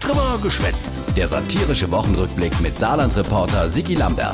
Drüber geschwätzt. Der satirische Wochenrückblick mit Saarland-Reporter Sigi Lambert.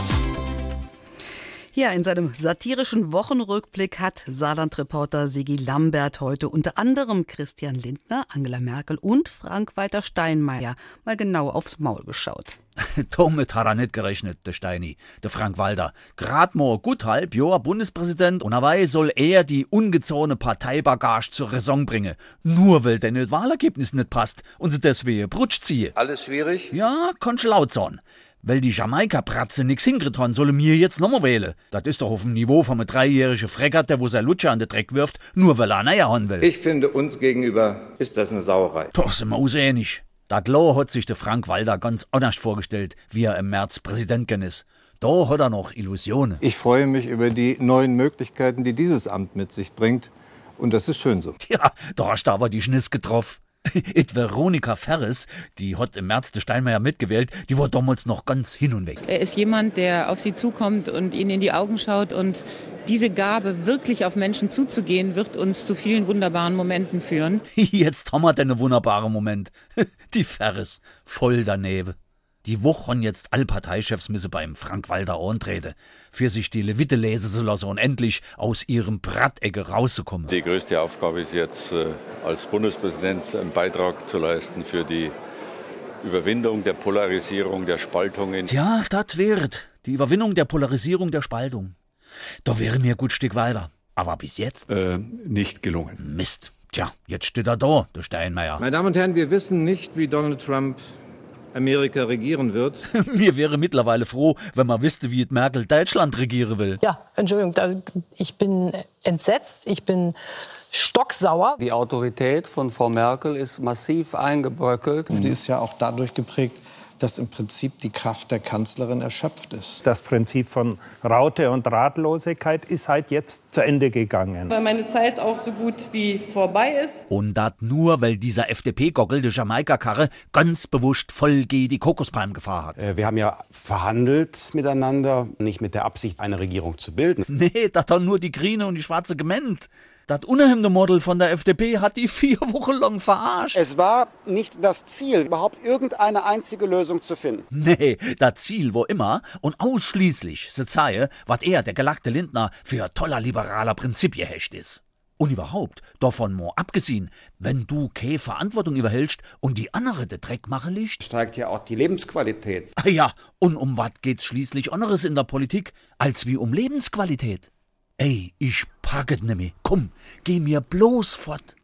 Ja, in seinem satirischen Wochenrückblick hat Saarland-Reporter Sigi Lambert heute unter anderem Christian Lindner, Angela Merkel und Frank-Walter Steinmeier mal genau aufs Maul geschaut. Damit hat er nicht gerechnet, der Steini, der Frank-Walter. Grad mal gut halb Jahr Bundespräsident und dabei soll er die ungezogene Parteibagage zur Raison bringen. Nur weil das Wahlergebnis nicht passt und sie deswegen Brutsch ziehen. Alles schwierig? Ja, kannst laut sein. Weil die Jamaika-Pratze nix hingekriegt haben, sollen wir jetzt nochmal wählen. Das ist doch auf dem Niveau von einem 3-jährigen Fregat, der wo sein Lutscher an den Dreck wirft, nur weil er näher haben will. Ich finde, uns gegenüber ist das eine Sauerei. Doch sind wir uns ähnlich. Das Loh hat sich der Frank-Walter ganz anders vorgestellt, wie er im März Präsident geworden ist. Da hat er noch Illusionen. Ich freue mich über die neuen Möglichkeiten, die dieses Amt mit sich bringt. Und das ist schön so. Ja, da hast du aber die Schniss getroffen. Veronika Ferres, die hat im März der Steinmeier mitgewählt, die war damals noch ganz hin und weg. Er ist jemand, der auf sie zukommt und ihnen in die Augen schaut, und diese Gabe, wirklich auf Menschen zuzugehen, wird uns zu vielen wunderbaren Momenten führen. Jetzt haben wir den wunderbaren Moment. Die Ferres, voll daneben. Die Woche haben jetzt alle Parteichefs müssen beim Frank-Walter antreten, für sich die Levite lesen zu lassen und endlich aus ihrem Brattecke rauszukommen. Die größte Aufgabe ist jetzt, als Bundespräsident einen Beitrag zu leisten für die Überwindung der Polarisierung, der Spaltungen. Ja, das wird die Überwindung der Polarisierung, der Spaltung. Da wäre mir gut Stück weiter. Aber bis jetzt Nicht gelungen. Mist. Tja, jetzt steht er da, der Steinmeier. Meine Damen und Herren, wir wissen nicht, wie Donald Trump Amerika regieren wird. Mir wäre mittlerweile froh, wenn man wüsste, wie Merkel Deutschland regieren will. Ja, Entschuldigung, ich bin entsetzt, ich bin stocksauer. Die Autorität von Frau Merkel ist massiv eingebröckelt. Die ist ja auch dadurch geprägt, dass im Prinzip die Kraft der Kanzlerin erschöpft ist. Das Prinzip von Raute und Ratlosigkeit ist halt jetzt zu Ende gegangen. Weil meine Zeit auch so gut wie vorbei ist. Und das nur, weil dieser FDP-Gockel, der Jamaika-Karre, ganz bewusst voll gegen die Kokospalm gefahren hat. Wir haben ja verhandelt miteinander, nicht mit der Absicht, eine Regierung zu bilden. Nee, das haben nur die Grüne und die Schwarze gemeint. Das unheimliche Model von der FDP hat die 4 Wochen lang verarscht. Es war nicht das Ziel, überhaupt irgendeine einzige Lösung zu finden. Nee, das Ziel war immer und ausschließlich zu zeigen, was er, der gelackte Lindner, für ein toller liberaler Prinzipiehecht ist. Und überhaupt, davon mal abgesehen, wenn du keine Verantwortung überhältst und die andere den Dreck machen lässt, Steigt ja auch die Lebensqualität. Ah ja, und um was geht's schließlich anderes in der Politik, als wie um Lebensqualität? Ey, ich pack es nimmer. Komm, geh mir bloß fort.